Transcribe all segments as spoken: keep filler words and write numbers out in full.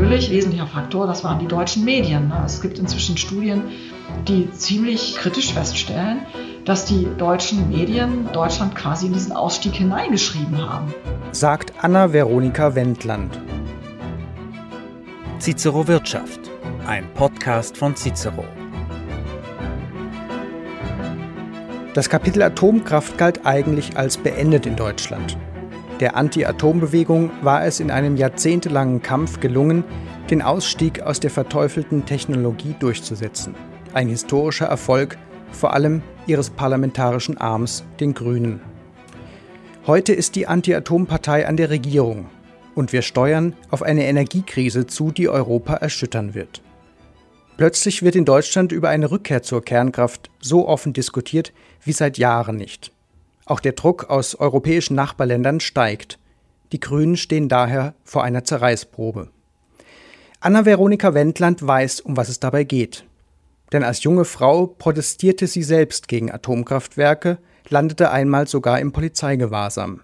natürlich, wesentlicher Faktor, das waren die deutschen Medien. Es gibt inzwischen Studien, die ziemlich kritisch feststellen, dass die deutschen Medien Deutschland quasi in diesen Ausstieg hineingeschrieben haben. Sagt Anna-Veronika Wendland. Cicero Wirtschaft, ein Podcast von Cicero. Das Kapitel Atomkraft galt eigentlich als beendet in Deutschland. Der Anti-Atom-Bewegung war es in einem jahrzehntelangen Kampf gelungen, den Ausstieg aus der verteufelten Technologie durchzusetzen. Ein historischer Erfolg, vor allem ihres parlamentarischen Arms, den Grünen. Heute ist die Anti-Atom-Partei an der Regierung und wir steuern auf eine Energiekrise zu, die Europa erschüttern wird. Plötzlich wird in Deutschland über eine Rückkehr zur Kernkraft so offen diskutiert wie seit Jahren nicht. Auch der Druck aus europäischen Nachbarländern steigt. Die Grünen stehen daher vor einer Zerreißprobe. Anna-Veronika Wendland weiß, um was es dabei geht. Denn als junge Frau protestierte sie selbst gegen Atomkraftwerke, landete einmal sogar im Polizeigewahrsam.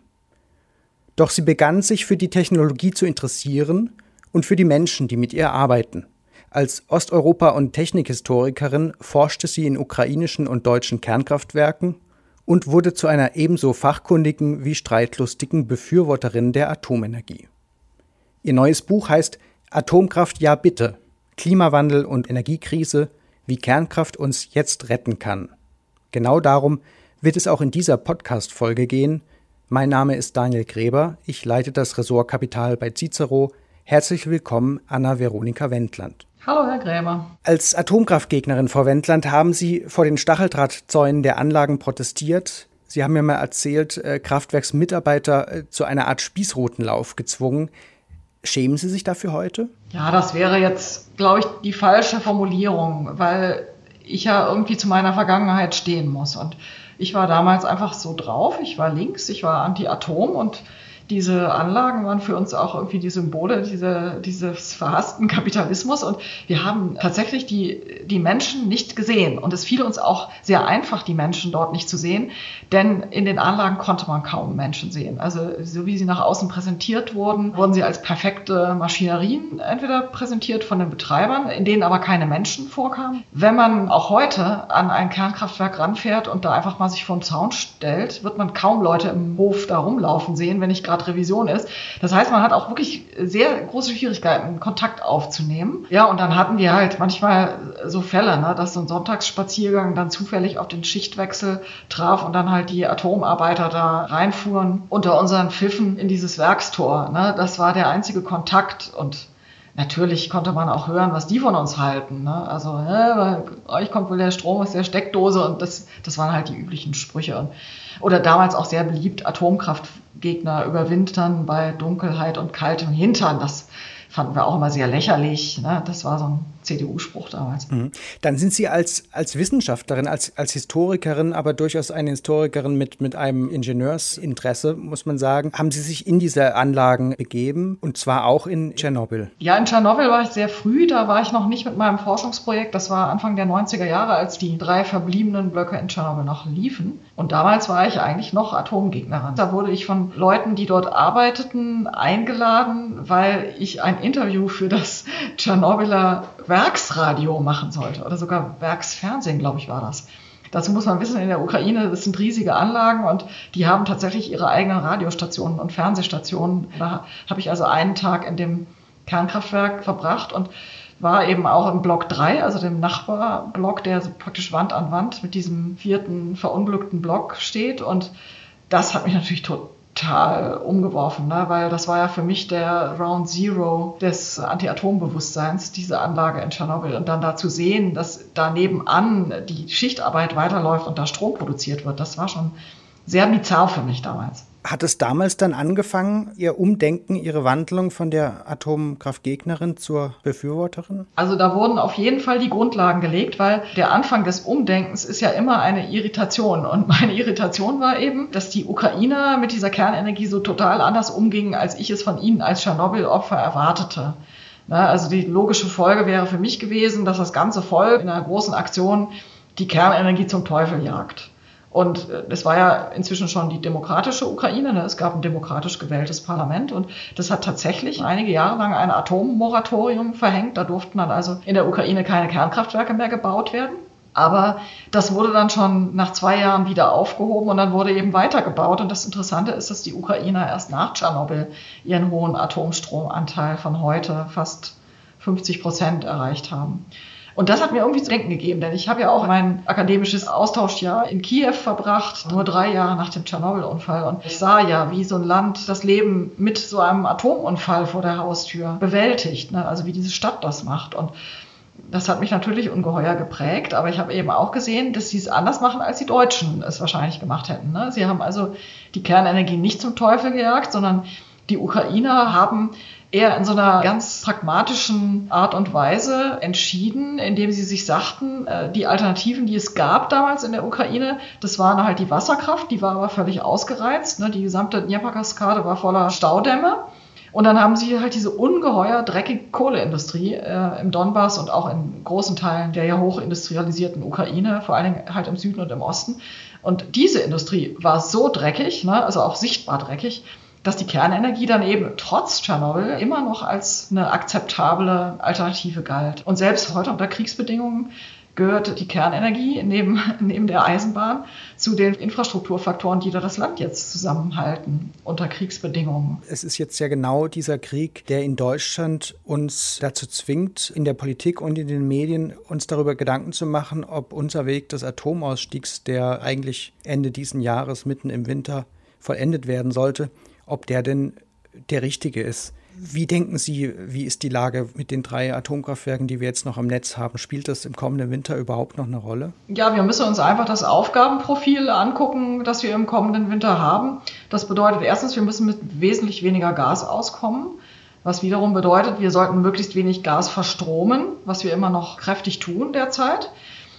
Doch sie begann sich für die Technologie zu interessieren und für die Menschen, die mit ihr arbeiten. Als Osteuropa- und Technikhistorikerin forschte sie in ukrainischen und deutschen Kernkraftwerken und wurde zu einer ebenso fachkundigen wie streitlustigen Befürworterin der Atomenergie. Ihr neues Buch heißt Atomkraft ja bitte, Klimawandel und Energiekrise, wie Kernkraft uns jetzt retten kann. Genau darum wird es auch in dieser Podcast-Folge gehen. Mein Name ist Daniel Gräber, ich leite das Ressort Kapital bei Cicero. Herzlich willkommen, Anna-Veronika Wendland. Hallo, Herr Gräber. Als Atomkraftgegnerin, Frau Wendland, haben Sie vor den Stacheldrahtzäunen der Anlagen protestiert. Sie haben mir mal erzählt, äh, Kraftwerksmitarbeiter äh, zu einer Art Spießrutenlauf gezwungen. Schämen Sie sich dafür heute? Ja, das wäre jetzt, glaube ich, die falsche Formulierung, weil ich ja irgendwie zu meiner Vergangenheit stehen muss. Und ich war damals einfach so drauf, ich war links, ich war anti-Atom und diese Anlagen waren für uns auch irgendwie die Symbole diese, dieses verhassten Kapitalismus. Und wir haben tatsächlich die, die Menschen nicht gesehen. Und es fiel uns auch sehr einfach, die Menschen dort nicht zu sehen. Denn in den Anlagen konnte man kaum Menschen sehen. Also so wie sie nach außen präsentiert wurden, wurden sie als perfekte Maschinerien entweder präsentiert von den Betreibern, in denen aber keine Menschen vorkamen. Wenn man auch heute an ein Kernkraftwerk ranfährt und da einfach mal sich vor den Zaun stellt, wird man kaum Leute im Hof da rumlaufen sehen, wenn nicht gerade Revision ist. Das heißt, man hat auch wirklich sehr große Schwierigkeiten, Kontakt aufzunehmen. Ja, und dann hatten wir halt manchmal so Fälle, ne, dass so ein Sonntagsspaziergang dann zufällig auf den Schichtwechsel traf und dann halt die Atomarbeiter da reinfuhren unter unseren Pfiffen in dieses Werkstor. Ne. Das war der einzige Kontakt und natürlich konnte man auch hören, was die von uns halten. Ne? Also, äh, bei euch kommt wohl der Strom aus der Steckdose und das, das waren halt die üblichen Sprüche. Und, oder damals auch sehr beliebt, Atomkraftgegner überwintern bei Dunkelheit und kaltem Hintern. Das fanden wir auch immer sehr lächerlich. Ne? Das war so ein C D U-Spruch damals. Mhm. Dann sind Sie als, als Wissenschaftlerin, als, als Historikerin, aber durchaus eine Historikerin mit, mit einem Ingenieursinteresse, muss man sagen. Haben Sie sich in diese Anlagen begeben und zwar auch in Tschernobyl? Ja, in Tschernobyl war ich sehr früh. Da war ich noch nicht mit meinem Forschungsprojekt. Das war Anfang der neunziger Jahre, als die drei verbliebenen Blöcke in Tschernobyl noch liefen. Und damals war ich eigentlich noch Atomgegnerin. Da wurde ich von Leuten, die dort arbeiteten, eingeladen, weil ich ein Interview für das Tschernobyler Werksradio machen sollte oder sogar Werksfernsehen, glaube ich, war das. Dazu muss man wissen, in der Ukraine, das sind riesige Anlagen und die haben tatsächlich ihre eigenen Radiostationen und Fernsehstationen. Da habe ich also einen Tag in dem Kernkraftwerk verbracht und war eben auch im Block drei, also dem Nachbarblock, der so praktisch Wand an Wand mit diesem vierten verunglückten Block steht. Und das hat mich natürlich total total umgeworfen, ne? Weil das war ja für mich der Round Zero des Anti-Atom-Bewusstseins, diese Anlage in Tschernobyl. Und dann da zu sehen, dass da nebenan die Schichtarbeit weiterläuft und da Strom produziert wird, das war schon sehr bizarr für mich damals. Hat es damals dann angefangen, Ihr Umdenken, Ihre Wandlung von der Atomkraftgegnerin zur Befürworterin? Also da wurden auf jeden Fall die Grundlagen gelegt, weil der Anfang des Umdenkens ist ja immer eine Irritation. Und meine Irritation war eben, dass die Ukrainer mit dieser Kernenergie so total anders umgingen, als ich es von ihnen als Tschernobyl-Opfer erwartete. Na, also die logische Folge wäre für mich gewesen, dass das ganze Volk in einer großen Aktion die Kernenergie zum Teufel jagt. Und es war ja inzwischen schon die demokratische Ukraine, ne? Es gab ein demokratisch gewähltes Parlament und das hat tatsächlich einige Jahre lang ein Atommoratorium verhängt. Da durften dann also in der Ukraine keine Kernkraftwerke mehr gebaut werden. Aber das wurde dann schon nach zwei Jahren wieder aufgehoben und dann wurde eben weitergebaut. Und das Interessante ist, dass die Ukrainer erst nach Tschernobyl ihren hohen Atomstromanteil von heute fast fünfzig Prozent erreicht haben. Und das hat mir irgendwie zu denken gegeben, denn ich habe ja auch mein akademisches Austauschjahr in Kiew verbracht, nur drei Jahre nach dem Tschernobyl-Unfall. Und ich sah ja, wie so ein Land das Leben mit so einem Atomunfall vor der Haustür bewältigt, ne? Also wie diese Stadt das macht. Und das hat mich natürlich ungeheuer geprägt, aber ich habe eben auch gesehen, dass sie es anders machen, als die Deutschen es wahrscheinlich gemacht hätten, ne? Sie haben also die Kernenergie nicht zum Teufel gejagt, sondern die Ukrainer haben eher in so einer ganz pragmatischen Art und Weise entschieden, indem sie sich sagten, die Alternativen, die es gab damals in der Ukraine, das waren halt die Wasserkraft, die war aber völlig ausgereizt. Die gesamte Dnepr-Kaskade war voller Staudämme. Und dann haben sie halt diese ungeheuer dreckige Kohleindustrie äh, im Donbass und auch in großen Teilen der ja hochindustrialisierten Ukraine, vor allen Dingen halt im Süden und im Osten. Und diese Industrie war so dreckig, ne, also auch sichtbar dreckig, dass die Kernenergie dann eben trotz Tschernobyl immer noch als eine akzeptable Alternative galt. Und selbst heute unter Kriegsbedingungen gehört die Kernenergie neben, neben der Eisenbahn zu den Infrastrukturfaktoren, die da das Land jetzt zusammenhalten unter Kriegsbedingungen. Es ist jetzt ja genau dieser Krieg, der in Deutschland uns dazu zwingt, in der Politik und in den Medien uns darüber Gedanken zu machen, ob unser Weg des Atomausstiegs, der eigentlich Ende diesen Jahres mitten im Winter vollendet werden sollte, ob der denn der richtige ist. Wie denken Sie, wie ist die Lage mit den drei Atomkraftwerken, die wir jetzt noch am Netz haben? Spielt das im kommenden Winter überhaupt noch eine Rolle? Ja, wir müssen uns einfach das Aufgabenprofil angucken, das wir im kommenden Winter haben. Das bedeutet erstens, wir müssen mit wesentlich weniger Gas auskommen, was wiederum bedeutet, wir sollten möglichst wenig Gas verstromen, was wir immer noch kräftig tun derzeit.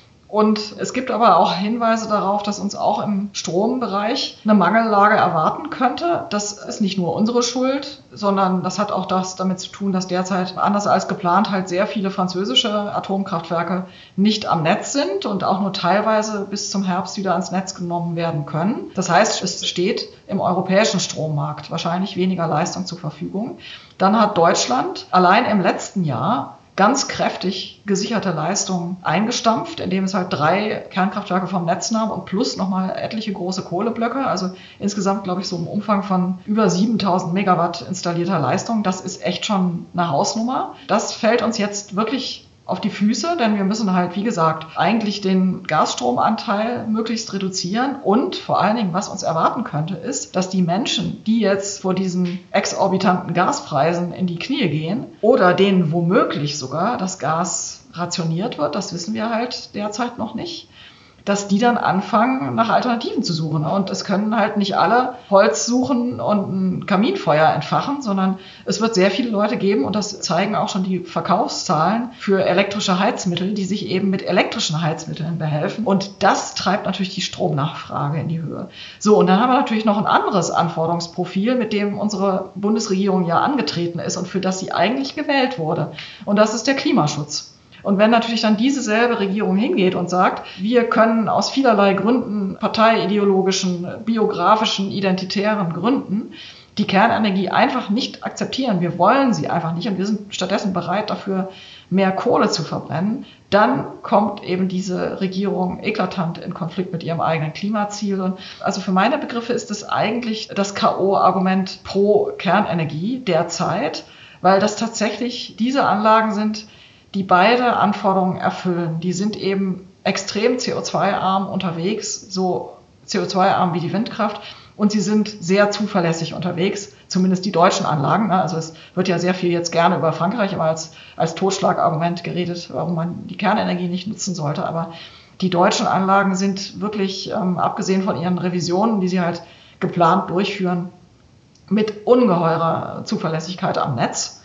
Und es gibt aber auch Hinweise darauf, dass uns auch im Strombereich eine Mangellage erwarten könnte. Das ist nicht nur unsere Schuld, sondern das hat auch das damit zu tun, dass derzeit anders als geplant halt sehr viele französische Atomkraftwerke nicht am Netz sind und auch nur teilweise bis zum Herbst wieder ans Netz genommen werden können. Das heißt, es steht im europäischen Strommarkt wahrscheinlich weniger Leistung zur Verfügung. Dann hat Deutschland allein im letzten Jahr ganz kräftig gesicherte Leistungen eingestampft, indem es halt drei Kernkraftwerke vom Netz nahm und plus nochmal etliche große Kohleblöcke. Also insgesamt, glaube ich, so im Umfang von über siebentausend Megawatt installierter Leistung. Das ist echt schon eine Hausnummer. Das fällt uns jetzt wirklich auf die Füße, denn wir müssen halt, wie gesagt, eigentlich den Gasstromanteil möglichst reduzieren und vor allen Dingen, was uns erwarten könnte, ist, dass die Menschen, die jetzt vor diesen exorbitanten Gaspreisen in die Knie gehen oder denen womöglich sogar das Gas rationiert wird, das wissen wir halt derzeit noch nicht, dass die dann anfangen, nach Alternativen zu suchen. Und es können halt nicht alle Holz suchen und ein Kaminfeuer entfachen, sondern es wird sehr viele Leute geben, und das zeigen auch schon die Verkaufszahlen für elektrische Heizmittel, die sich eben mit elektrischen Heizmitteln behelfen. Und das treibt natürlich die Stromnachfrage in die Höhe. So, und dann haben wir natürlich noch ein anderes Anforderungsprofil, mit dem unsere Bundesregierung ja angetreten ist und für das sie eigentlich gewählt wurde. Und das ist der Klimaschutz. Und wenn natürlich dann diese selbe Regierung hingeht und sagt, wir können aus vielerlei Gründen, parteiideologischen, biografischen, identitären Gründen, die Kernenergie einfach nicht akzeptieren, wir wollen sie einfach nicht und wir sind stattdessen bereit dafür, mehr Kohle zu verbrennen, dann kommt eben diese Regierung eklatant in Konflikt mit ihrem eigenen Klimaziel. Und also für meine Begriffe ist es eigentlich das K O-Argument pro Kernenergie derzeit, weil das tatsächlich diese Anlagen sind, die beide Anforderungen erfüllen. Die sind eben extrem C O zwei arm unterwegs, so C O zwei arm wie die Windkraft. Und sie sind sehr zuverlässig unterwegs, zumindest die deutschen Anlagen. Also es wird ja sehr viel jetzt gerne über Frankreich immer als, als Totschlagargument geredet, warum man die Kernenergie nicht nutzen sollte. Aber die deutschen Anlagen sind wirklich, ähm, abgesehen von ihren Revisionen, die sie halt geplant durchführen, mit ungeheurer Zuverlässigkeit am Netz.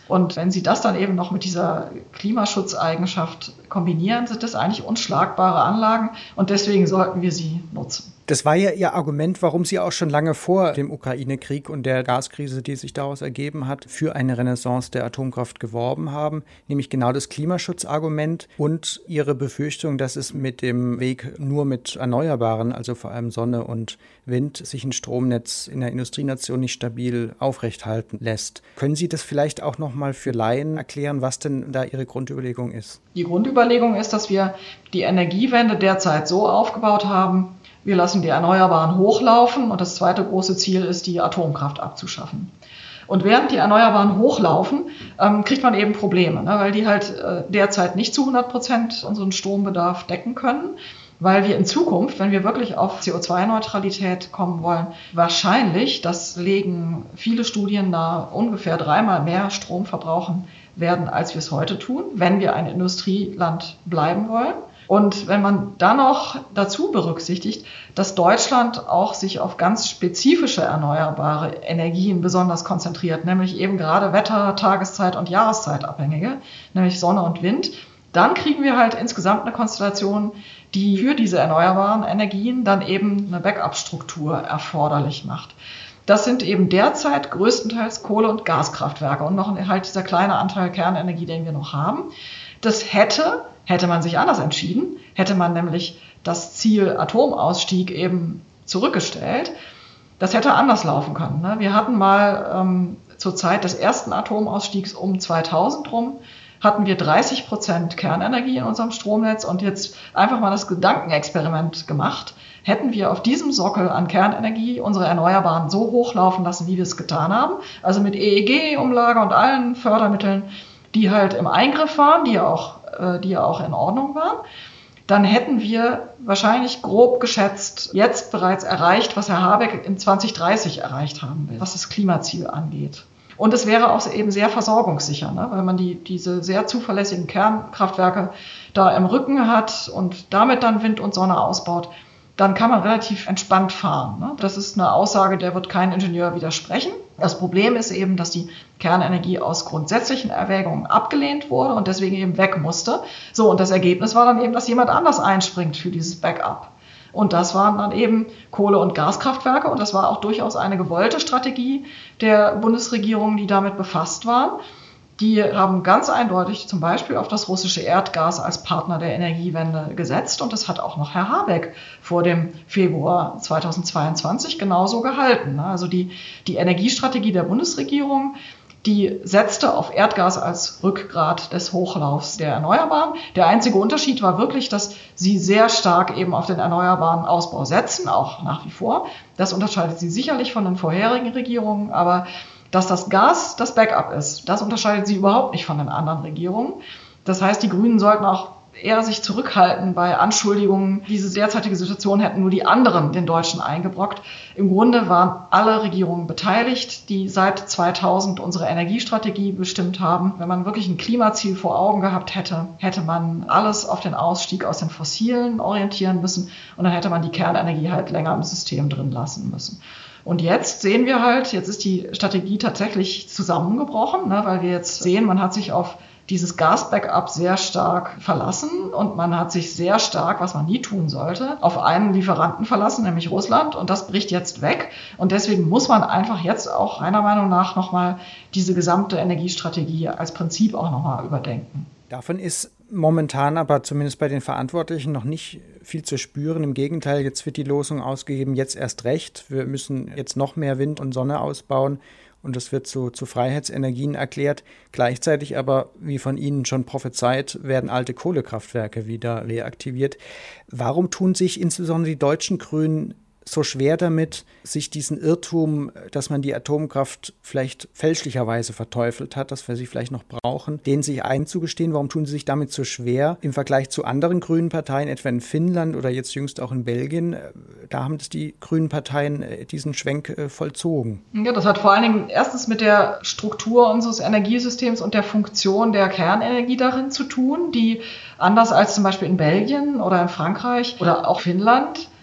Und wenn Sie das dann eben noch mit dieser Klimaschutzeigenschaft kombinieren, sind das eigentlich unschlagbare Anlagen und deswegen sollten wir sie nutzen. Das war ja Ihr Argument, warum Sie auch schon lange vor dem Ukraine-Krieg und der Gaskrise, die sich daraus ergeben hat, für eine Renaissance der Atomkraft geworben haben, nämlich genau das Klimaschutzargument und Ihre Befürchtung, dass es mit dem Weg nur mit Erneuerbaren, also vor allem Sonne und Wind, sich ein Stromnetz in der Industrienation nicht stabil aufrechthalten lässt. Können Sie das vielleicht auch noch mal für Laien erklären, was denn da Ihre Grundüberlegung ist? Die Grundüberlegung ist, dass wir die Energiewende derzeit so aufgebaut haben, wir lassen die Erneuerbaren hochlaufen und das zweite große Ziel ist, die Atomkraft abzuschaffen. Und während die Erneuerbaren hochlaufen, ähm, kriegt man eben Probleme, ne, weil die halt äh, derzeit nicht zu hundert Prozent unseren Strombedarf decken können, weil wir in Zukunft, wenn wir wirklich auf C O zwei Neutralität kommen wollen, wahrscheinlich, das legen viele Studien nahe, ungefähr dreimal mehr Strom verbrauchen werden, als wir es heute tun, wenn wir ein Industrieland bleiben wollen. Und wenn man dann noch dazu berücksichtigt, dass Deutschland auch sich auf ganz spezifische erneuerbare Energien besonders konzentriert, nämlich eben gerade Wetter-, Tageszeit- und Jahreszeitabhängige, nämlich Sonne und Wind, dann kriegen wir halt insgesamt eine Konstellation, die für diese erneuerbaren Energien dann eben eine Backup-Struktur erforderlich macht. Das sind eben derzeit größtenteils Kohle- und Gaskraftwerke und noch halt dieser kleine Anteil Kernenergie, den wir noch haben. Das hätte, hätte man sich anders entschieden, hätte man nämlich das Ziel Atomausstieg eben zurückgestellt, das hätte anders laufen können. Ne? Wir hatten mal ähm, zur Zeit des ersten Atomausstiegs um zweitausend rum, hatten wir dreißig Prozent Kernenergie in unserem Stromnetz und jetzt einfach mal das Gedankenexperiment gemacht. Hätten wir auf diesem Sockel an Kernenergie unsere Erneuerbaren so hochlaufen lassen, wie wir es getan haben, also mit E E G-Umlage und allen Fördermitteln, die halt im Eingriff waren, die ja auch, äh, die ja auch in Ordnung waren, dann hätten wir wahrscheinlich grob geschätzt jetzt bereits erreicht, was Herr Habeck in zwanzig dreißig erreicht haben will, was das Klimaziel angeht. Und es wäre auch eben sehr versorgungssicher, ne? Weil man die, diese sehr zuverlässigen Kernkraftwerke da im Rücken hat und damit dann Wind und Sonne ausbaut, dann kann man relativ entspannt fahren. Ne? Das ist eine Aussage, der wird kein Ingenieur widersprechen. Das Problem ist eben, dass die Kernenergie aus grundsätzlichen Erwägungen abgelehnt wurde und deswegen eben weg musste. So, und das Ergebnis war dann eben, dass jemand anders einspringt für dieses Backup. Und das waren dann eben Kohle- und Gaskraftwerke und das war auch durchaus eine gewollte Strategie der Bundesregierung, die damit befasst waren. Die haben ganz eindeutig zum Beispiel auf das russische Erdgas als Partner der Energiewende gesetzt und das hat auch noch Herr Habeck vor dem Februar zweitausendzweiundzwanzig genauso gehalten. Also die, die Energiestrategie der Bundesregierung, die setzte auf Erdgas als Rückgrat des Hochlaufs der Erneuerbaren. Der einzige Unterschied war wirklich, dass sie sehr stark eben auf den erneuerbaren Ausbau setzen, auch nach wie vor. Das unterscheidet sie sicherlich von den vorherigen Regierungen, aber dass das Gas das Backup ist, das unterscheidet sie überhaupt nicht von den anderen Regierungen. Das heißt, die Grünen sollten auch eher sich zurückhalten bei Anschuldigungen, diese derzeitige Situation hätten nur die anderen den Deutschen eingebrockt. Im Grunde waren alle Regierungen beteiligt, die seit zweitausend unsere Energiestrategie bestimmt haben. Wenn man wirklich ein Klimaziel vor Augen gehabt hätte, hätte man alles auf den Ausstieg aus den Fossilen orientieren müssen und dann hätte man die Kernenergie halt länger im System drin lassen müssen. Und jetzt sehen wir halt, jetzt ist die Strategie tatsächlich zusammengebrochen, ne, weil wir jetzt sehen, man hat sich auf dieses Gas-Backup sehr stark verlassen und man hat sich sehr stark, was man nie tun sollte, auf einen Lieferanten verlassen, nämlich Russland, und das bricht jetzt weg. Und deswegen muss man einfach jetzt auch meiner Meinung nach nochmal diese gesamte Energiestrategie als Prinzip auch nochmal überdenken. Davon ist momentan aber zumindest bei den Verantwortlichen noch nicht viel zu spüren. Im Gegenteil, jetzt wird die Losung ausgegeben, jetzt erst recht. Wir müssen jetzt noch mehr Wind und Sonne ausbauen und das wird zu, zu Freiheitsenergien erklärt. Gleichzeitig aber, wie von Ihnen schon prophezeit, werden alte Kohlekraftwerke wieder reaktiviert. Warum tun sich insbesondere die deutschen Grünen so schwer damit, sich diesen Irrtum, dass man die Atomkraft vielleicht fälschlicherweise verteufelt hat, dass wir sie vielleicht noch brauchen, den sich einzugestehen? Warum tun sie sich damit so schwer im Vergleich zu anderen grünen Parteien, etwa in Finnland oder jetzt jüngst auch in Belgien? Da haben das die grünen Parteien diesen Schwenk vollzogen. Ja, das hat vor allen Dingen erstens mit der Struktur unseres Energiesystems und der Funktion der Kernenergie darin zu tun, die anders als zum Beispiel in Belgien oder in Frankreich oder auch Finnland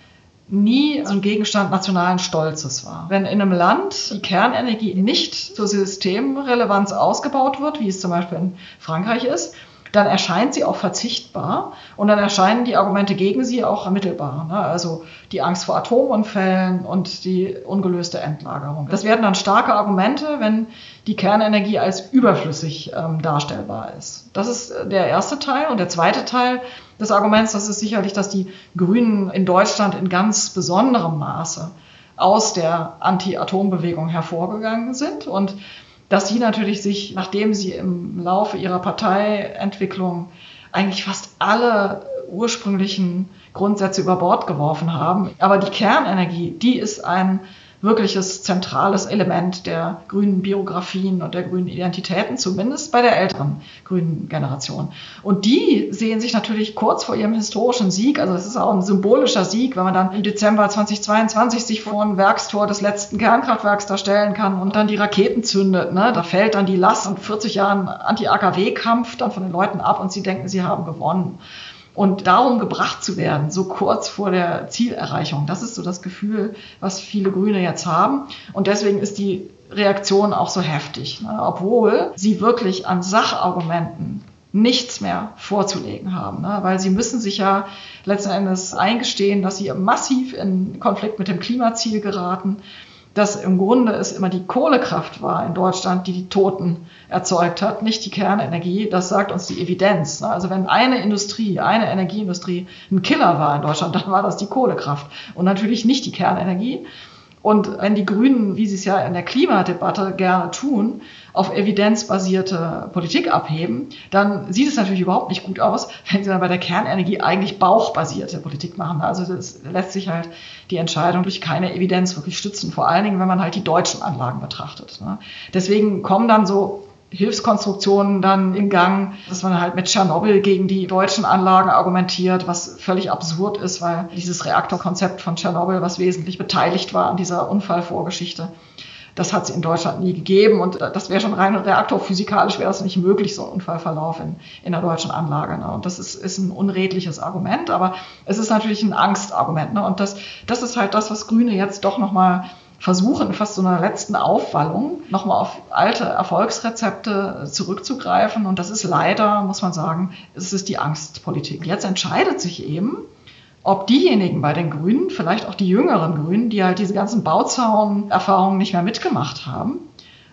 nie so ein Gegenstand nationalen Stolzes war. Wenn in einem Land die Kernenergie nicht zur Systemrelevanz ausgebaut wird, wie es zum Beispiel in Frankreich ist, dann erscheint sie auch verzichtbar und dann erscheinen die Argumente gegen sie auch ermittelbar. Ne? Also die Angst vor Atomunfällen und die ungelöste Endlagerung. Das werden dann starke Argumente, wenn die Kernenergie als überflüssig ähm, darstellbar ist. Das ist der erste Teil. Und der zweite Teil des Arguments, das ist sicherlich, dass die Grünen in Deutschland in ganz besonderem Maße aus der Anti-Atom-Bewegung hervorgegangen sind und dass sie natürlich sich, nachdem sie im Laufe ihrer Parteientwicklung eigentlich fast alle ursprünglichen Grundsätze über Bord geworfen haben. Aber die Kernenergie, die ist ein wirkliches zentrales Element der grünen Biografien und der grünen Identitäten, zumindest bei der älteren grünen Generation. Und die sehen sich natürlich kurz vor ihrem historischen Sieg, also es ist auch ein symbolischer Sieg, wenn man dann im Dezember zweitausendzweiundzwanzig sich vor ein Werkstor des letzten Kernkraftwerks da stellen kann und dann die Raketen zündet. Ne? Da fällt dann die Last von vierzig Jahren Anti-A K W-Kampf dann von den Leuten ab und sie denken, sie haben gewonnen. Und darum gebracht zu werden, so kurz vor der Zielerreichung, das ist so das Gefühl, was viele Grüne jetzt haben. Und deswegen ist die Reaktion auch so heftig, ne? Obwohl sie wirklich an Sachargumenten nichts mehr vorzulegen haben, ne? Weil sie müssen sich ja letzten Endes eingestehen, dass sie massiv in Konflikt mit dem Klimaziel geraten, dass im Grunde es immer die Kohlekraft war in Deutschland, die die Toten erzeugt hat, nicht die Kernenergie. Das sagt uns die Evidenz. Also wenn eine Industrie, eine Energieindustrie ein Killer war in Deutschland, dann war das die Kohlekraft und natürlich nicht die Kernenergie. Und wenn die Grünen, wie sie es ja in der Klimadebatte gerne tun, auf evidenzbasierte Politik abheben, dann sieht es natürlich überhaupt nicht gut aus, wenn sie dann bei der Kernenergie eigentlich bauchbasierte Politik machen. Also das lässt sich halt die Entscheidung durch keine Evidenz wirklich stützen, vor allen Dingen, wenn man halt die deutschen Anlagen betrachtet. Deswegen kommen dann so Hilfskonstruktionen dann in Gang, dass man halt mit Tschernobyl gegen die deutschen Anlagen argumentiert, was völlig absurd ist, weil dieses Reaktorkonzept von Tschernobyl, was wesentlich beteiligt war an dieser Unfallvorgeschichte, das hat es in Deutschland nie gegeben und das wäre schon rein reaktorphysikalisch, wäre das nicht möglich, so ein Unfallverlauf in, in der deutschen Anlage. Ne? Und das ist, ist ein unredliches Argument, aber es ist natürlich ein Angstargument. Ne? Und das, das ist halt das, was Grüne jetzt doch nochmal versuchen, fast so einer letzten Aufwallung, nochmal auf alte Erfolgsrezepte zurückzugreifen. Und das ist leider, muss man sagen, es ist die Angstpolitik. Jetzt entscheidet sich eben, ob diejenigen bei den Grünen, vielleicht auch die jüngeren Grünen, die halt diese ganzen Bauzaunerfahrungen nicht mehr mitgemacht haben,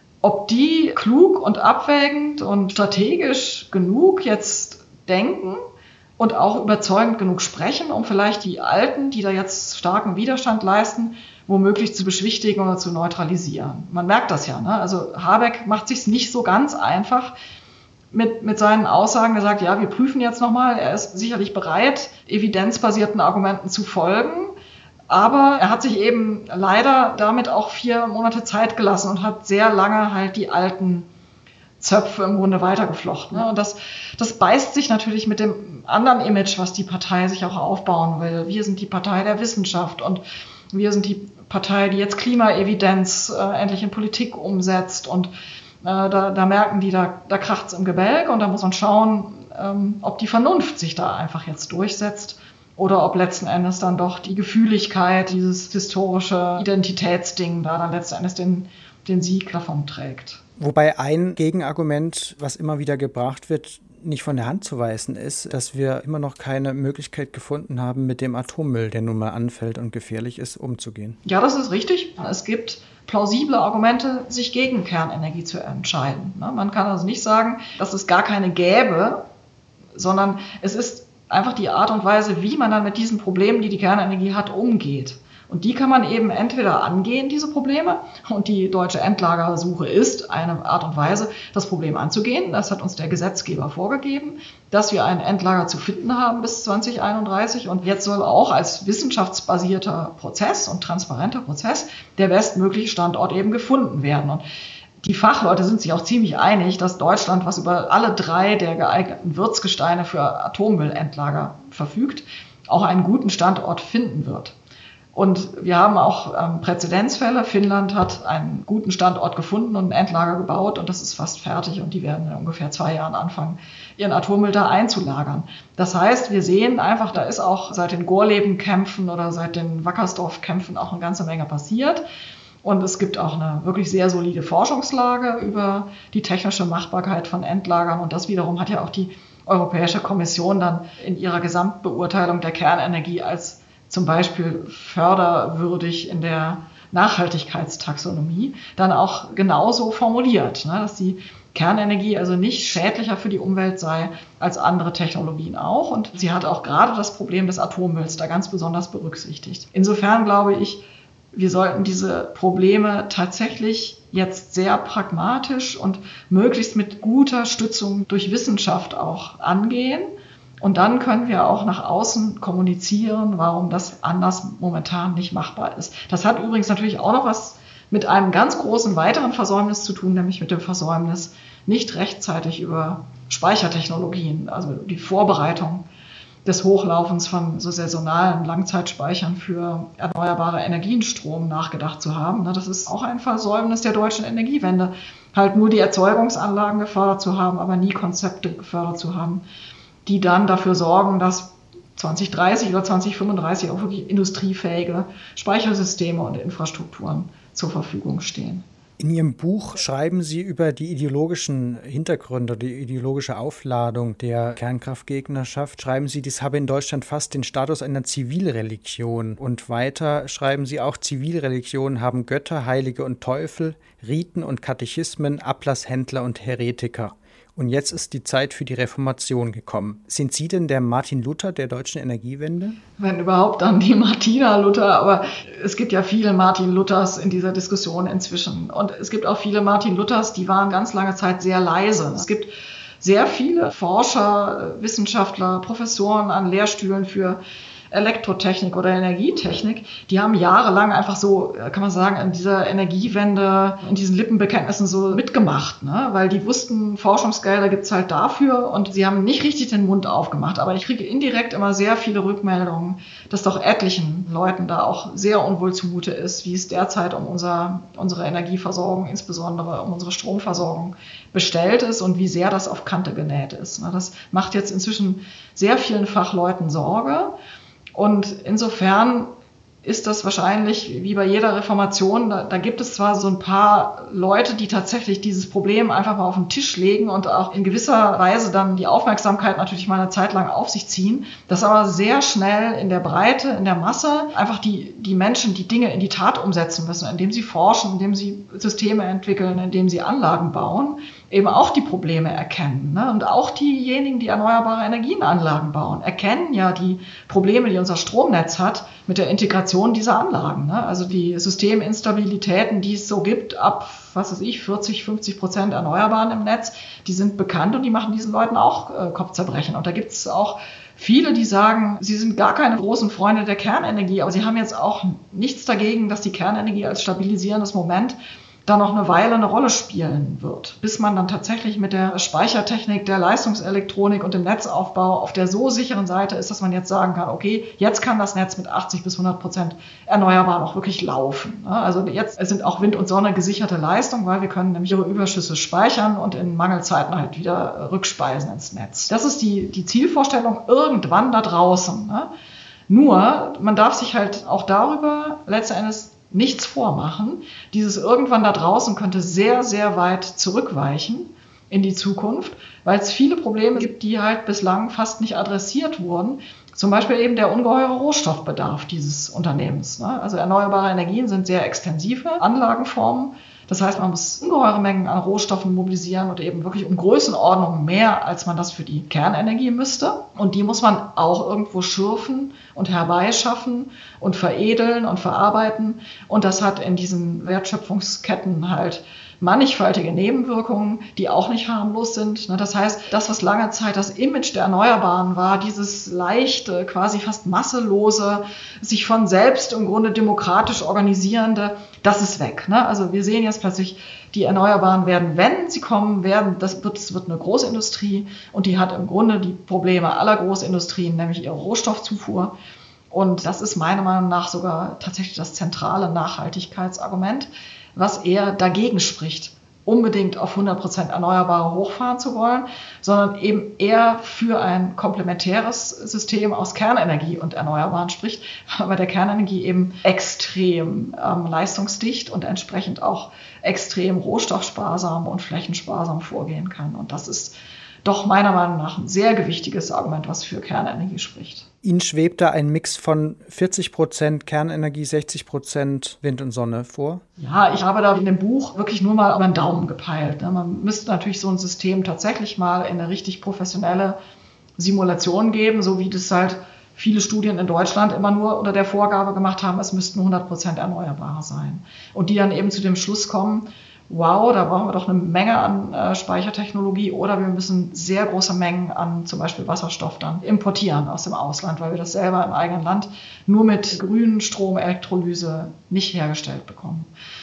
ob die klug und abwägend und strategisch genug jetzt denken und auch überzeugend genug sprechen, um vielleicht die Alten, die da jetzt starken Widerstand leisten, womöglich zu beschwichtigen oder zu neutralisieren. Man merkt das ja, ne? Also Habeck macht sich's nicht so ganz einfach mit, mit seinen Aussagen. Er sagt, ja, wir prüfen jetzt nochmal. Er ist sicherlich bereit, evidenzbasierten Argumenten zu folgen. Aber er hat sich eben leider damit auch vier Monate Zeit gelassen und hat sehr lange halt die alten Zöpfe im Grunde weitergeflochten. Und das, das beißt sich natürlich mit dem anderen Image, was die Partei sich auch aufbauen will. Wir sind die Partei der Wissenschaft und wir sind die Partei, die jetzt Klimaevidenz äh, endlich in Politik umsetzt. Und äh, da, da merken die, da, da kracht's im Gebälk und da muss man schauen, ähm, ob die Vernunft sich da einfach jetzt durchsetzt oder ob letzten Endes dann doch die Gefühligkeit, dieses historische Identitätsding da dann letzten Endes den, den Sieg davon trägt. Wobei ein Gegenargument, was immer wieder gebracht wird, nicht von der Hand zu weisen ist, dass wir immer noch keine Möglichkeit gefunden haben, mit dem Atommüll, der nun mal anfällt und gefährlich ist, umzugehen. Ja, das ist richtig. Es gibt plausible Argumente, sich gegen Kernenergie zu entscheiden. Man kann also nicht sagen, dass es gar keine gäbe, sondern es ist einfach die Art und Weise, wie man dann mit diesen Problemen, die die Kernenergie hat, umgeht. Und die kann man eben entweder angehen, diese Probleme, und die deutsche Endlagersuche ist eine Art und Weise, das Problem anzugehen. Das hat uns der Gesetzgeber vorgegeben, dass wir ein Endlager zu finden haben bis zwanzig einunddreißig. Und jetzt soll auch als wissenschaftsbasierter Prozess und transparenter Prozess der bestmögliche Standort eben gefunden werden. Und die Fachleute sind sich auch ziemlich einig, dass Deutschland, was über alle drei der geeigneten Wirtsgesteine für Atommüllendlager verfügt, auch einen guten Standort finden wird. Und wir haben auch ähm, Präzedenzfälle. Finnland hat einen guten Standort gefunden und ein Endlager gebaut und das ist fast fertig und die werden in ungefähr zwei Jahren anfangen, ihren Atommüll da einzulagern. Das heißt, wir sehen einfach, da ist auch seit den Gorleben-Kämpfen oder seit den Wackersdorf-Kämpfen auch eine ganze Menge passiert. Und es gibt auch eine wirklich sehr solide Forschungslage über die technische Machbarkeit von Endlagern. Und das wiederum hat ja auch die Europäische Kommission dann in ihrer Gesamtbeurteilung der Kernenergie als zum Beispiel förderwürdig in der Nachhaltigkeitstaxonomie dann auch genauso formuliert, ne, dass die Kernenergie also nicht schädlicher für die Umwelt sei als andere Technologien auch. Und sie hat auch gerade das Problem des Atommülls da ganz besonders berücksichtigt. Insofern glaube ich, wir sollten diese Probleme tatsächlich jetzt sehr pragmatisch und möglichst mit guter Stützung durch Wissenschaft auch angehen. Und dann können wir auch nach außen kommunizieren, warum das anders momentan nicht machbar ist. Das hat übrigens natürlich auch noch was mit einem ganz großen weiteren Versäumnis zu tun, nämlich mit dem Versäumnis, nicht rechtzeitig über Speichertechnologien, also die Vorbereitung des Hochlaufens von so saisonalen Langzeitspeichern für erneuerbare Energienstrom nachgedacht zu haben. Das ist auch ein Versäumnis der deutschen Energiewende, halt nur die Erzeugungsanlagen gefördert zu haben, aber nie Konzepte gefördert zu haben, die dann dafür sorgen, dass zwanzig dreißig oder zwanzig fünfunddreißig auch wirklich industriefähige Speichersysteme und Infrastrukturen zur Verfügung stehen. In Ihrem Buch schreiben Sie über die ideologischen Hintergründe, die ideologische Aufladung der Kernkraftgegnerschaft. Schreiben Sie, dies habe in Deutschland fast den Status einer Zivilreligion. Und weiter schreiben Sie auch, Zivilreligionen haben Götter, Heilige und Teufel, Riten und Katechismen, Ablasshändler und Heretiker. Und jetzt ist die Zeit für die Reformation gekommen. Sind Sie denn der Martin Luther der deutschen Energiewende? Wenn überhaupt, dann die Martina Luther. Aber es gibt ja viele Martin Luthers in dieser Diskussion inzwischen. Und es gibt auch viele Martin Luthers, die waren ganz lange Zeit sehr leise. Es gibt sehr viele Forscher, Wissenschaftler, Professoren an Lehrstühlen für Elektrotechnik oder Energietechnik, die haben jahrelang einfach so, kann man sagen, in dieser Energiewende, in diesen Lippenbekenntnissen so mitgemacht, ne? Weil die wussten, Forschungsgelder gibt's halt dafür und sie haben nicht richtig den Mund aufgemacht. Aber ich kriege indirekt immer sehr viele Rückmeldungen, dass doch etlichen Leuten da auch sehr unwohl zumute ist, wie es derzeit um unser, unsere Energieversorgung, insbesondere um unsere Stromversorgung bestellt ist und wie sehr das auf Kante genäht ist. Das macht jetzt inzwischen sehr vielen Fachleuten Sorge. Und insofern ist das wahrscheinlich wie bei jeder Reformation, da, da gibt es zwar so ein paar Leute, die tatsächlich dieses Problem einfach mal auf den Tisch legen und auch in gewisser Weise dann die Aufmerksamkeit natürlich mal eine Zeit lang auf sich ziehen, dass aber sehr schnell in der Breite, in der Masse einfach die, die Menschen die Dinge in die Tat umsetzen müssen, indem sie forschen, indem sie Systeme entwickeln, indem sie Anlagen bauen, eben auch die Probleme erkennen. Ne? Und auch diejenigen, die erneuerbare Energienanlagen bauen, erkennen ja die Probleme, die unser Stromnetz hat, mit der Integration dieser Anlagen. Ne? Also die Systeminstabilitäten, die es so gibt, ab, was weiß ich, vierzig, fünfzig Prozent Erneuerbaren im Netz, die sind bekannt und die machen diesen Leuten auch äh, Kopfzerbrechen. Und da gibt es auch viele, die sagen, sie sind gar keine großen Freunde der Kernenergie, aber sie haben jetzt auch nichts dagegen, dass die Kernenergie als stabilisierendes Moment da noch eine Weile eine Rolle spielen wird, bis man dann tatsächlich mit der Speichertechnik, der Leistungselektronik und dem Netzaufbau auf der so sicheren Seite ist, dass man jetzt sagen kann, okay, jetzt kann das Netz mit achtzig bis hundert Prozent erneuerbar auch wirklich laufen. Also jetzt sind auch Wind und Sonne gesicherte Leistung, weil wir können nämlich ihre Überschüsse speichern und in Mangelzeiten halt wieder rückspeisen ins Netz. Das ist die, die Zielvorstellung irgendwann da draußen. Nur, man darf sich halt auch darüber letzten Endes nichts vormachen. Dieses irgendwann da draußen könnte sehr, sehr weit zurückweichen in die Zukunft, weil es viele Probleme gibt, die halt bislang fast nicht adressiert wurden. Zum Beispiel eben der ungeheure Rohstoffbedarf dieses Unternehmens. Also erneuerbare Energien sind sehr extensive Anlagenformen. Das heißt, man muss ungeheure Mengen an Rohstoffen mobilisieren und eben wirklich um Größenordnung mehr, als man das für die Kernenergie müsste. Und die muss man auch irgendwo schürfen und herbeischaffen und veredeln und verarbeiten. Und das hat in diesen Wertschöpfungsketten halt mannigfaltige Nebenwirkungen, die auch nicht harmlos sind. Das heißt, das, was lange Zeit das Image der Erneuerbaren war, dieses leichte, quasi fast masselose, sich von selbst im Grunde demokratisch organisierende, das ist weg. Also wir sehen jetzt plötzlich, die Erneuerbaren werden, wenn sie kommen, werden, das wird, das wird eine Großindustrie und die hat im Grunde die Probleme aller Großindustrien, nämlich ihre Rohstoffzufuhr. Und das ist meiner Meinung nach sogar tatsächlich das zentrale Nachhaltigkeitsargument, was eher dagegen spricht, unbedingt auf hundert Prozent Erneuerbare hochfahren zu wollen, sondern eben eher für ein komplementäres System aus Kernenergie und Erneuerbaren spricht, weil bei der Kernenergie eben extrem ähm, leistungsdicht und entsprechend auch extrem rohstoffsparsam und flächensparsam vorgehen kann. Und das ist doch meiner Meinung nach ein sehr gewichtiges Argument, was für Kernenergie spricht. Ihnen schwebt da ein Mix von vierzig Prozent Kernenergie, sechzig Prozent Wind und Sonne vor? Ja, ich habe da in dem Buch wirklich nur mal über den Daumen gepeilt. Man müsste natürlich so ein System tatsächlich mal in eine richtig professionelle Simulation geben, so wie das halt viele Studien in Deutschland immer nur unter der Vorgabe gemacht haben, es müssten hundert Prozent Erneuerbare sein. Und die dann eben zu dem Schluss kommen, wow, da brauchen wir doch eine Menge an äh, Speichertechnologie oder wir müssen sehr große Mengen an zum Beispiel Wasserstoff dann importieren aus dem Ausland, weil wir das selber im eigenen Land nur mit grünen Stromelektrolyse nicht hergestellt bekommen.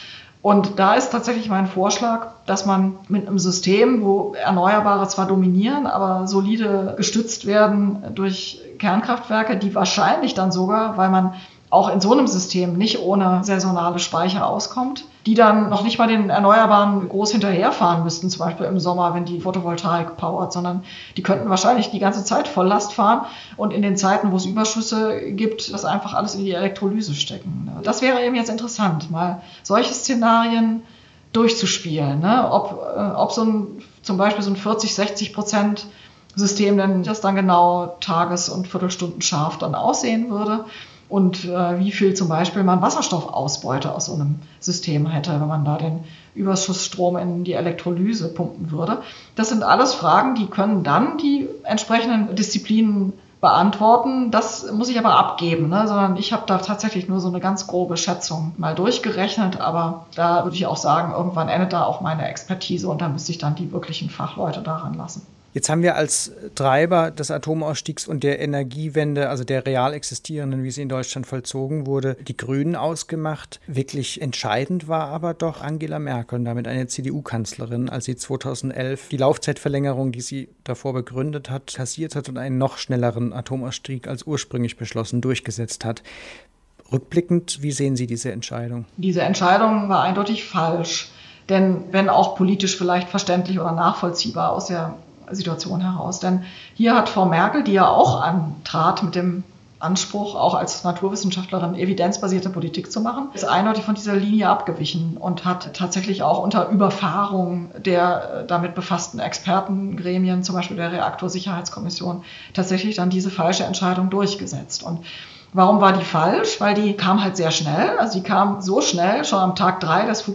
Und da ist tatsächlich mein Vorschlag, dass man mit einem System, wo Erneuerbare zwar dominieren, aber solide gestützt werden durch Kernkraftwerke, die wahrscheinlich dann sogar, weil man auch in so einem System nicht ohne saisonale Speicher auskommt, die dann noch nicht mal den Erneuerbaren groß hinterherfahren müssten, zum Beispiel im Sommer, wenn die Photovoltaik powert, sondern die könnten wahrscheinlich die ganze Zeit Volllast fahren und in den Zeiten, wo es Überschüsse gibt, das einfach alles in die Elektrolyse stecken. Das wäre eben jetzt interessant, mal solche Szenarien durchzuspielen, ne? Ob, äh, ob so ein, zum Beispiel so ein vierzig, sechzig Prozent System, denn das dann genau Tages- und Viertelstunden scharf dann aussehen würde. Und äh, wie viel zum Beispiel man Wasserstoffausbeute aus so einem System hätte, wenn man da den Überschussstrom in die Elektrolyse pumpen würde. Das sind alles Fragen, die können dann die entsprechenden Disziplinen beantworten. Das muss ich aber abgeben, ne? Sondern ich habe da tatsächlich nur so eine ganz grobe Schätzung mal durchgerechnet. Aber da würde ich auch sagen, irgendwann endet da auch meine Expertise und da müsste ich dann die wirklichen Fachleute daran lassen. Jetzt haben wir als Treiber des Atomausstiegs und der Energiewende, also der real existierenden, wie sie in Deutschland vollzogen wurde, die Grünen ausgemacht. Wirklich entscheidend war aber doch Angela Merkel und damit eine C D U-Kanzlerin, als sie zweitausendelf die Laufzeitverlängerung, die sie davor begründet hat, kassiert hat und einen noch schnelleren Atomausstieg als ursprünglich beschlossen durchgesetzt hat. Rückblickend, wie sehen Sie diese Entscheidung? Diese Entscheidung war eindeutig falsch. Denn wenn auch politisch vielleicht verständlich oder nachvollziehbar aus der Situation heraus. Denn hier hat Frau Merkel, die ja auch antrat mit dem Anspruch, auch als Naturwissenschaftlerin evidenzbasierte Politik zu machen, ist eindeutig von dieser Linie abgewichen und hat tatsächlich auch unter Überfahrung der damit befassten Expertengremien, zum Beispiel der Reaktorsicherheitskommission, tatsächlich dann diese falsche Entscheidung durchgesetzt. Und warum war die falsch? Weil die kam halt sehr schnell. Also die kam so schnell, schon am Tag drei des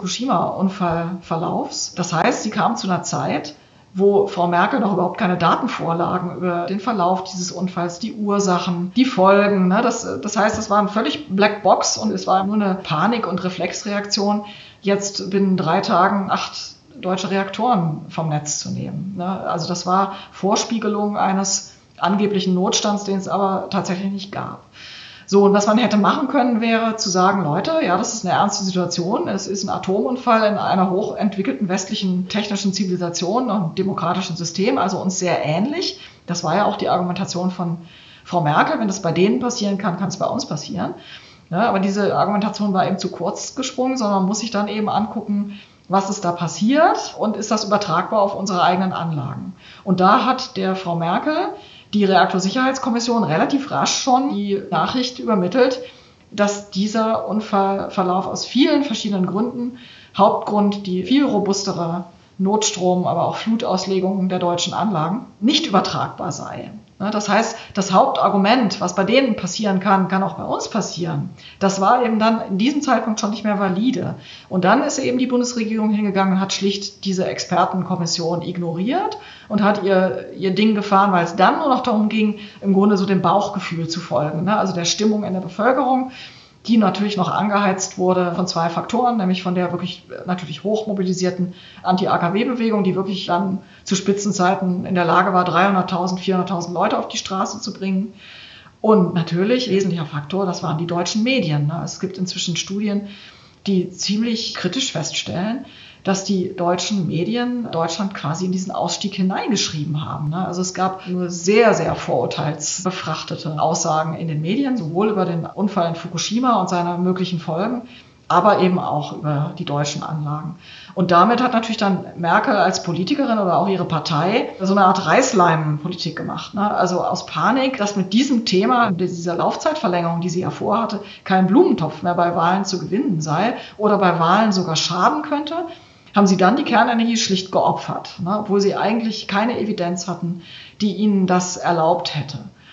Fukushima-Unfallverlaufs. Das heißt, sie kam zu einer Zeit, wo Frau Merkel noch überhaupt keine Datenvorlagen über den Verlauf dieses Unfalls, die Ursachen, die Folgen. Ne? Das, das heißt, es war ein völlig Blackbox und es war nur eine Panik- und Reflexreaktion, jetzt binnen drei Tagen acht deutsche Reaktoren vom Netz zu nehmen. Ne? Also das war Vorspiegelung eines angeblichen Notstands, den es aber tatsächlich nicht gab. So, und was man hätte machen können, wäre zu sagen, Leute, ja, das ist eine ernste Situation. Es ist ein Atomunfall in einer hochentwickelten westlichen technischen Zivilisation und demokratischen System, also uns sehr ähnlich. Das war ja auch die Argumentation von Frau Merkel. Wenn das bei denen passieren kann, kann es bei uns passieren. Ja, aber diese Argumentation war eben zu kurz gesprungen, sondern man muss sich dann eben angucken, was ist da passiert und ist das übertragbar auf unsere eigenen Anlagen. Und da hat der Frau Merkel die Reaktorsicherheitskommission relativ rasch schon die Nachricht übermittelt, dass dieser Unfallverlauf aus vielen verschiedenen Gründen, Hauptgrund die viel robustere Notstrom, aber auch Flutauslegung der deutschen Anlagen, nicht übertragbar sei. Das heißt, das Hauptargument, was bei denen passieren kann, kann auch bei uns passieren. Das war eben dann in diesem Zeitpunkt schon nicht mehr valide. Und dann ist eben die Bundesregierung hingegangen und hat schlicht diese Expertenkommission ignoriert und hat ihr, ihr Ding gefahren, weil es dann nur noch darum ging, im Grunde so dem Bauchgefühl zu folgen, also der Stimmung in der Bevölkerung, die natürlich noch angeheizt wurde von zwei Faktoren, nämlich von der wirklich natürlich hochmobilisierten Anti-A K W-Bewegung, die wirklich dann zu Spitzenzeiten in der Lage war, dreihunderttausend, vierhunderttausend Leute auf die Straße zu bringen. Und natürlich, wesentlicher Faktor, das waren die deutschen Medien. Es gibt inzwischen Studien, die ziemlich kritisch feststellen, dass die deutschen Medien Deutschland quasi in diesen Ausstieg hineingeschrieben haben. Also es gab nur sehr, sehr vorurteilsbefrachtete Aussagen in den Medien, sowohl über den Unfall in Fukushima und seine möglichen Folgen, aber eben auch über die deutschen Anlagen. Und damit hat natürlich dann Merkel als Politikerin oder auch ihre Partei so eine Art Reißleinenpolitik gemacht. Also aus Panik, dass mit diesem Thema, dieser Laufzeitverlängerung, die sie ja vorhatte, kein Blumentopf mehr bei Wahlen zu gewinnen sei oder bei Wahlen sogar schaden könnte, haben sie dann die Kernenergie schlicht geopfert, obwohl sie eigentlich keine Evidenz hatten, die ihnen das erlaubt hätte.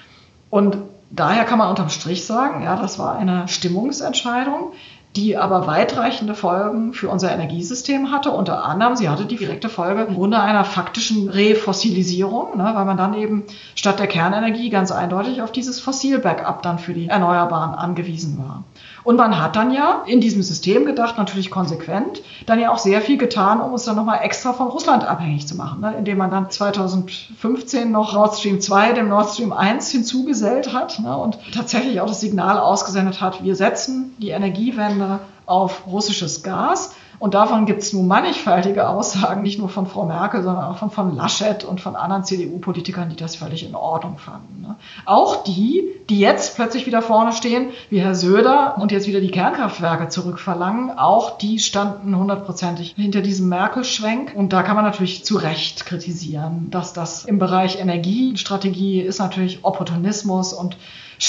Und daher kann man unterm Strich sagen, ja, das war eine Stimmungsentscheidung, die aber weitreichende Folgen für unser Energiesystem hatte. Unter anderem, sie hatte die direkte Folge im Grunde einer faktischen Refossilisierung, ne, weil man dann eben statt der Kernenergie ganz eindeutig auf dieses Fossil-Backup dann für die Erneuerbaren angewiesen war. Und man hat dann ja in diesem System gedacht, natürlich konsequent, dann ja auch sehr viel getan, um uns dann nochmal extra von Russland abhängig zu machen, ne? Indem man dann zweitausendfünfzehn noch Nord Stream zwei dem Nord Stream eins hinzugesellt hat, ne? Und tatsächlich auch das Signal ausgesendet hat, wir setzen die Energiewende auf russisches Gas. Und davon gibt es nun mannigfaltige Aussagen, nicht nur von Frau Merkel, sondern auch von, von Laschet und von anderen C D U-Politikern, die das völlig in Ordnung fanden. Ne? Auch die, die jetzt plötzlich wieder vorne stehen, wie Herr Söder und jetzt wieder die Kernkraftwerke zurückverlangen, auch die standen hundertprozentig hinter diesem Merkel-Schwenk. Und da kann man natürlich zu Recht kritisieren, dass das im Bereich Energiestrategie ist natürlich Opportunismus und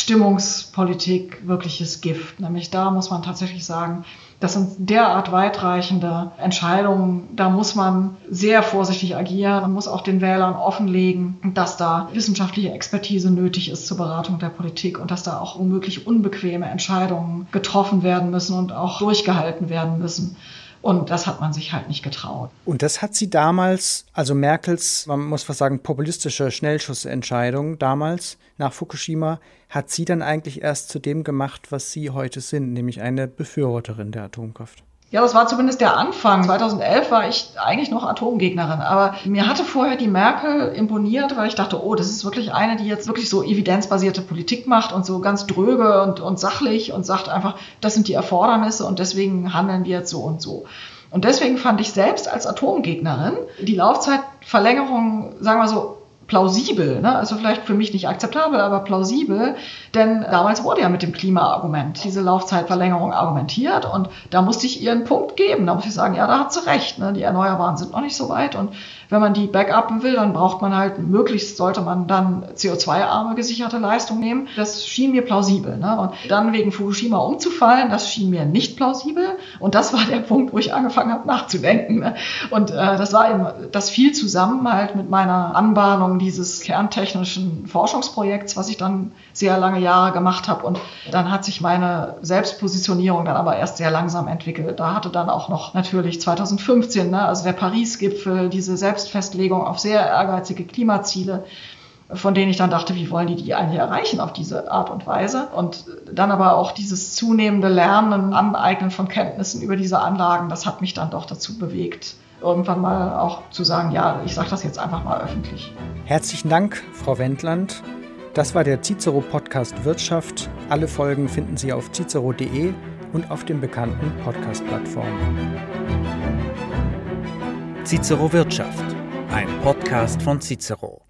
Stimmungspolitik wirkliches Gift. Nämlich da muss man tatsächlich sagen, das sind derart weitreichende Entscheidungen, da muss man sehr vorsichtig agieren. Man muss auch den Wählern offenlegen, dass da wissenschaftliche Expertise nötig ist zur Beratung der Politik und dass da auch womöglich unbequeme Entscheidungen getroffen werden müssen und auch durchgehalten werden müssen. Und das hat man sich halt nicht getraut. Und das hat sie damals, also Merkels, man muss fast sagen, populistische Schnellschussentscheidung damals nach Fukushima, hat sie dann eigentlich erst zu dem gemacht, was sie heute sind, nämlich eine Befürworterin der Atomkraft. Ja, das war zumindest der Anfang. zweitausendelf war ich eigentlich noch Atomgegnerin. Aber mir hatte vorher die Merkel imponiert, weil ich dachte, oh, das ist wirklich eine, die jetzt wirklich so evidenzbasierte Politik macht und so ganz dröge und, und sachlich und sagt einfach, das sind die Erfordernisse und deswegen handeln wir jetzt so und so. Und deswegen fand ich selbst als Atomgegnerin die Laufzeitverlängerung, sagen wir so, plausibel, ne? Also vielleicht für mich nicht akzeptabel, aber plausibel, denn damals wurde ja mit dem Klimaargument diese Laufzeitverlängerung argumentiert und da musste ich ihr einen Punkt geben, da muss ich sagen, ja, da hat sie recht, ne? Die Erneuerbaren sind noch nicht so weit und wenn man die backuppen will, dann braucht man halt, möglichst sollte man dann C O zwei arme gesicherte Leistung nehmen. Das schien mir plausibel, ne? Und dann wegen Fukushima umzufallen, das schien mir nicht plausibel. Und das war der Punkt, wo ich angefangen habe nachzudenken. Ne? Und äh, das war eben, das fiel zusammen halt mit meiner Anbahnung dieses kerntechnischen Forschungsprojekts, was ich dann sehr lange Jahre gemacht habe. Und dann hat sich meine Selbstpositionierung dann aber erst sehr langsam entwickelt. Da hatte dann auch noch natürlich zweitausendfünfzehn, ne, also der Paris-Gipfel, diese Selbstfestlegung auf sehr ehrgeizige Klimaziele, von denen ich dann dachte, wie wollen die die eigentlich erreichen auf diese Art und Weise? Und dann aber auch dieses zunehmende Lernen, Aneignen von Kenntnissen über diese Anlagen, das hat mich dann doch dazu bewegt, irgendwann mal auch zu sagen, ja, ich sage das jetzt einfach mal öffentlich. Herzlichen Dank, Frau Wendland. Das war der Cicero-Podcast Wirtschaft. Alle Folgen finden Sie auf cicero punkt de und auf den bekannten Podcast-Plattformen. Cicero Wirtschaft, ein Podcast von Cicero.